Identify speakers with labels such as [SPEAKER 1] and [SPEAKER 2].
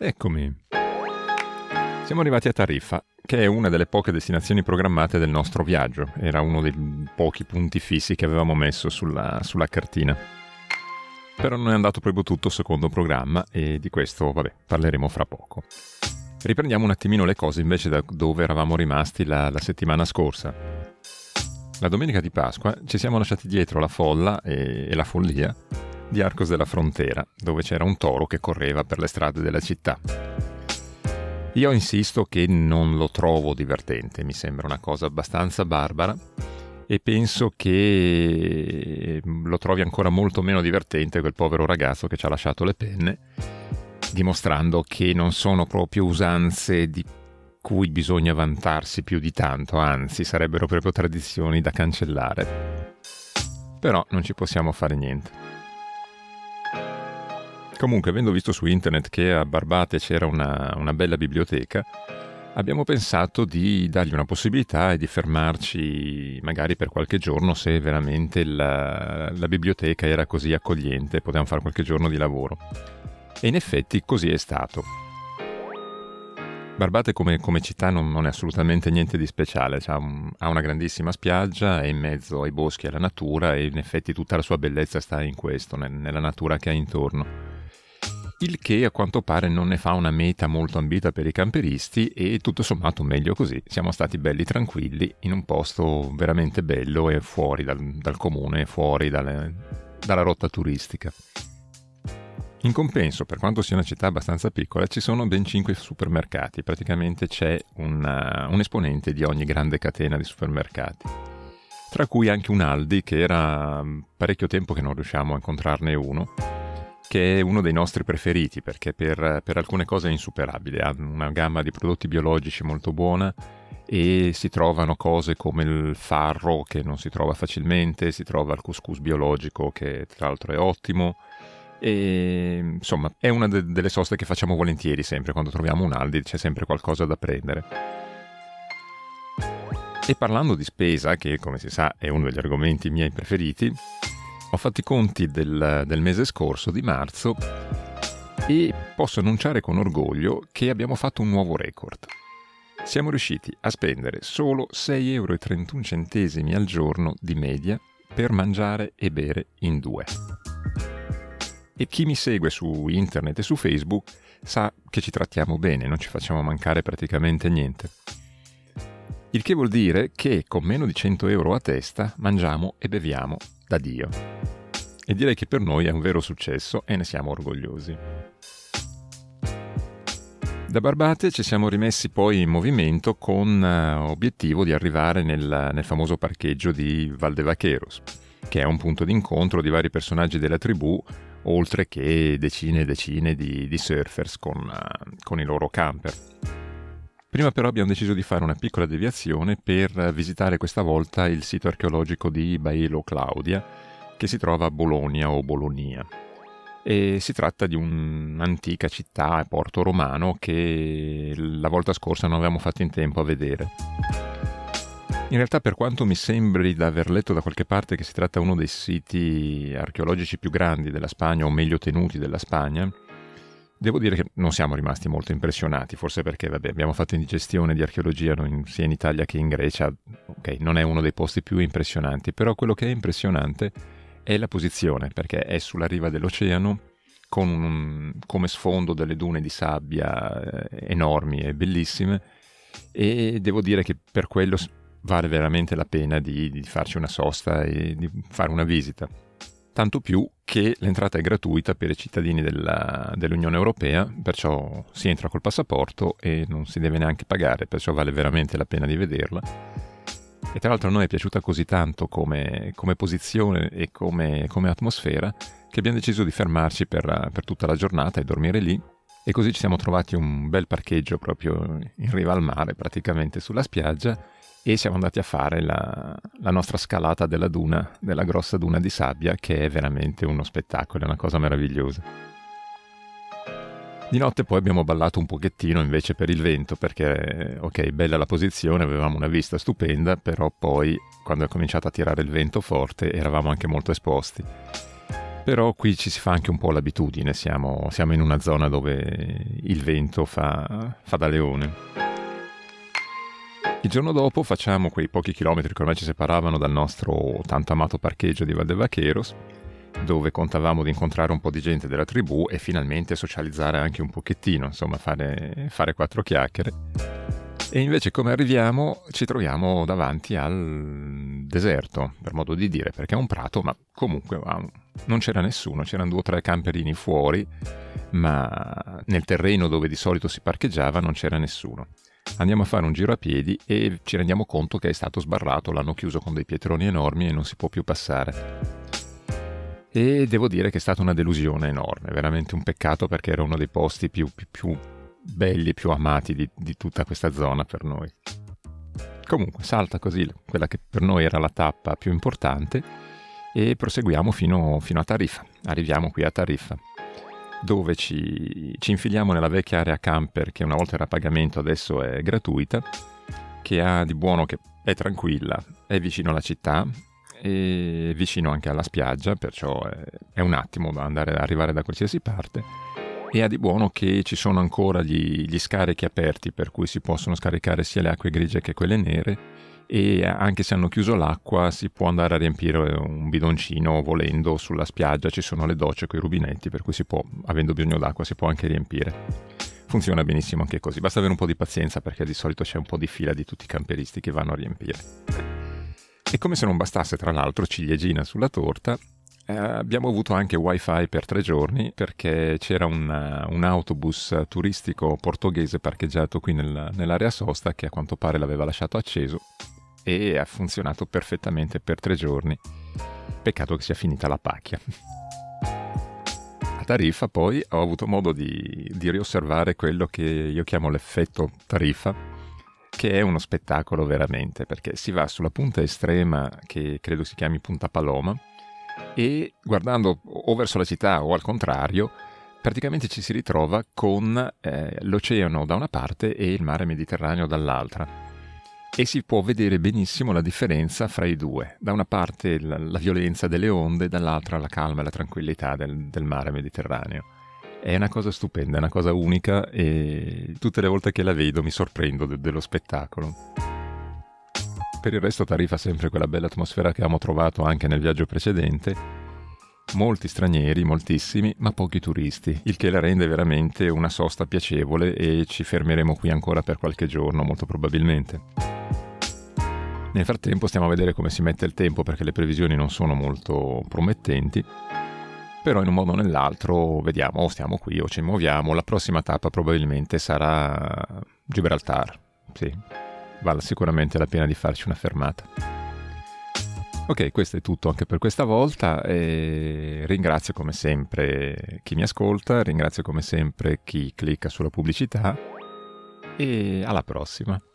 [SPEAKER 1] Eccomi. Siamo arrivati a Tariffa, che è una delle poche destinazioni programmate del nostro viaggio. Era uno dei pochi punti fissi che avevamo messo sulla cartina. Però non è andato proprio tutto secondo programma e di questo, parleremo fra poco. Riprendiamo un attimino le cose invece da dove eravamo rimasti la settimana scorsa. La domenica di Pasqua ci siamo lasciati dietro la folla e la follia di Arcos de la Frontera, dove c'era un toro che correva per le strade della città. Io insisto che non lo trovo divertente, mi sembra una cosa abbastanza barbara e penso che lo trovi ancora molto meno divertente quel povero ragazzo che ci ha lasciato le penne, dimostrando che non sono proprio usanze di cui bisogna vantarsi più di tanto, anzi sarebbero proprio tradizioni da cancellare. Però non ci possiamo fare niente. Comunque, avendo visto su internet che a Barbate c'era una bella biblioteca, abbiamo pensato di dargli una possibilità e di fermarci magari per qualche giorno se veramente la biblioteca era così accogliente, potevamo fare qualche giorno di lavoro. E in effetti così è stato. Barbate come città non è assolutamente niente di speciale, ha una grandissima spiaggia, è in mezzo ai boschi e alla natura e in effetti tutta la sua bellezza sta in questo, nella natura che ha intorno. Il che a quanto pare non ne fa una meta molto ambita per i camperisti e tutto sommato meglio così. Siamo stati belli tranquilli in un posto veramente bello e fuori dal comune, fuori dalla rotta turistica. In compenso, per quanto sia una città abbastanza piccola, ci sono ben 5 supermercati, praticamente c'è un esponente di ogni grande catena di supermercati. Tra cui anche un Aldi, che era parecchio tempo che non riusciamo a incontrarne uno, che è uno dei nostri preferiti perché per alcune cose è insuperabile, ha una gamma di prodotti biologici molto buona e si trovano cose come il farro che non si trova facilmente, si trova il couscous biologico che tra l'altro è ottimo e insomma è una delle soste che facciamo volentieri sempre quando troviamo un Aldi, c'è sempre qualcosa da prendere. E parlando di spesa, che come si sa è uno degli argomenti miei preferiti, ho fatto i conti del mese scorso, di marzo, e posso annunciare con orgoglio che abbiamo fatto un nuovo record. Siamo riusciti a spendere solo 6,31 € al giorno di media per mangiare e bere in due. E chi mi segue su internet e su Facebook sa che ci trattiamo bene, non ci facciamo mancare praticamente niente. Il che vuol dire che con meno di 100 € a testa mangiamo e beviamo da Dio. E direi che per noi è un vero successo e ne siamo orgogliosi. Da Barbate ci siamo rimessi poi in movimento con obiettivo di arrivare nel famoso parcheggio di Val de Vaqueros, che è un punto d'incontro di vari personaggi della tribù, oltre che decine e decine di surfers con i loro camper. Prima però abbiamo deciso di fare una piccola deviazione per visitare questa volta il sito archeologico di Baelo Claudia, che si trova a Bologna o Bologna. E si tratta di un'antica città e porto romano che la volta scorsa non avevamo fatto in tempo a vedere. In realtà, per quanto mi sembri da aver letto da qualche parte che si tratta di uno dei siti archeologici più grandi della Spagna o meglio tenuti della Spagna, devo dire che non siamo rimasti molto impressionati, forse perché abbiamo fatto indigestione di archeologia sia in Italia che in Grecia. Ok, non è uno dei posti più impressionanti, però quello che è impressionante è la posizione, perché è sulla riva dell'oceano con come sfondo delle dune di sabbia enormi e bellissime, e devo dire che per quello vale veramente la pena di farci una sosta e di fare una visita. Tanto più che l'entrata è gratuita per i cittadini dell'Unione Europea, perciò si entra col passaporto e non si deve neanche pagare, perciò vale veramente la pena di vederla. E tra l'altro a noi è piaciuta così tanto come posizione e come atmosfera che abbiamo deciso di fermarci per tutta la giornata e dormire lì, e così ci siamo trovati un bel parcheggio proprio in riva al mare, praticamente sulla spiaggia, e siamo andati a fare la nostra scalata della grossa duna di sabbia, che è veramente uno spettacolo, è una cosa meravigliosa. Di notte poi abbiamo ballato un pochettino invece per il vento, perché ok, bella la posizione, avevamo una vista stupenda, però poi quando è cominciato a tirare il vento forte eravamo anche molto esposti. Però qui ci si fa anche un po' l'abitudine, siamo in una zona dove il vento fa da leone. Il giorno dopo facciamo quei pochi chilometri che ormai ci separavano dal nostro tanto amato parcheggio di Val de Vaqueros, dove contavamo di incontrare un po' di gente della tribù e finalmente socializzare anche un pochettino, insomma fare 4 chiacchiere. E invece come arriviamo ci troviamo davanti al deserto, per modo di dire, perché è un prato, ma comunque non c'era nessuno, c'erano 2 o 3 camperini fuori, ma nel terreno dove di solito si parcheggiava non c'era nessuno. Andiamo a fare un giro a piedi e ci rendiamo conto che è stato sbarrato, l'hanno chiuso con dei pietroni enormi e non si può più passare. E devo dire che è stata una delusione enorme, veramente un peccato, perché era uno dei posti più belli e più amati di tutta questa zona per noi. Comunque salta così quella che per noi era la tappa più importante e proseguiamo fino a Tarifa. Arriviamo qui a Tarifa, dove ci infiliamo nella vecchia area camper che una volta era a pagamento, adesso è gratuita, che ha di buono che è tranquilla, è vicino alla città e vicino anche alla spiaggia, perciò è un attimo da arrivare da qualsiasi parte. E ha di buono che ci sono ancora gli scarichi aperti, per cui si possono scaricare sia le acque grigie che quelle nere, e anche se hanno chiuso l'acqua si può andare a riempire un bidoncino volendo sulla spiaggia, ci sono le docce con i rubinetti, per cui si può, avendo bisogno d'acqua, si può anche riempire. Funziona benissimo anche così, basta avere un po' di pazienza, perché di solito c'è un po' di fila di tutti i camperisti che vanno a riempire. E come se non bastasse, tra l'altro, ciliegina sulla torta, abbiamo avuto anche wifi per 3 giorni, perché c'era un autobus turistico portoghese parcheggiato qui nell'area sosta, che a quanto pare l'aveva lasciato acceso e ha funzionato perfettamente per 3 giorni. Peccato che sia finita la pacchia. A Tarifa poi ho avuto modo di riosservare quello che io chiamo l'effetto Tarifa, che è uno spettacolo veramente, perché si va sulla punta estrema, che credo si chiami Punta Paloma, e guardando o verso la città o al contrario, praticamente ci si ritrova con l'oceano da una parte e il mare Mediterraneo dall'altra, e si può vedere benissimo la differenza fra i due. Da una parte la violenza delle onde, dall'altra la calma e la tranquillità del mare Mediterraneo. È una cosa stupenda, è una cosa unica, e tutte le volte che la vedo mi sorprendo dello spettacolo. Per il resto Tarifa ha sempre quella bella atmosfera che avevamo trovato anche nel viaggio precedente. Molti stranieri, moltissimi, ma pochi turisti, il che la rende veramente una sosta piacevole, e ci fermeremo qui ancora per qualche giorno, molto probabilmente. Nel frattempo stiamo a vedere come si mette il tempo, perché le previsioni non sono molto promettenti, però in un modo o nell'altro vediamo, o stiamo qui o ci muoviamo. La prossima tappa probabilmente sarà Gibraltar, sì. Vale sicuramente la pena di farci una fermata. Ok, questo è tutto anche per questa volta, e ringrazio come sempre chi mi ascolta, ringrazio come sempre chi clicca sulla pubblicità, e alla prossima.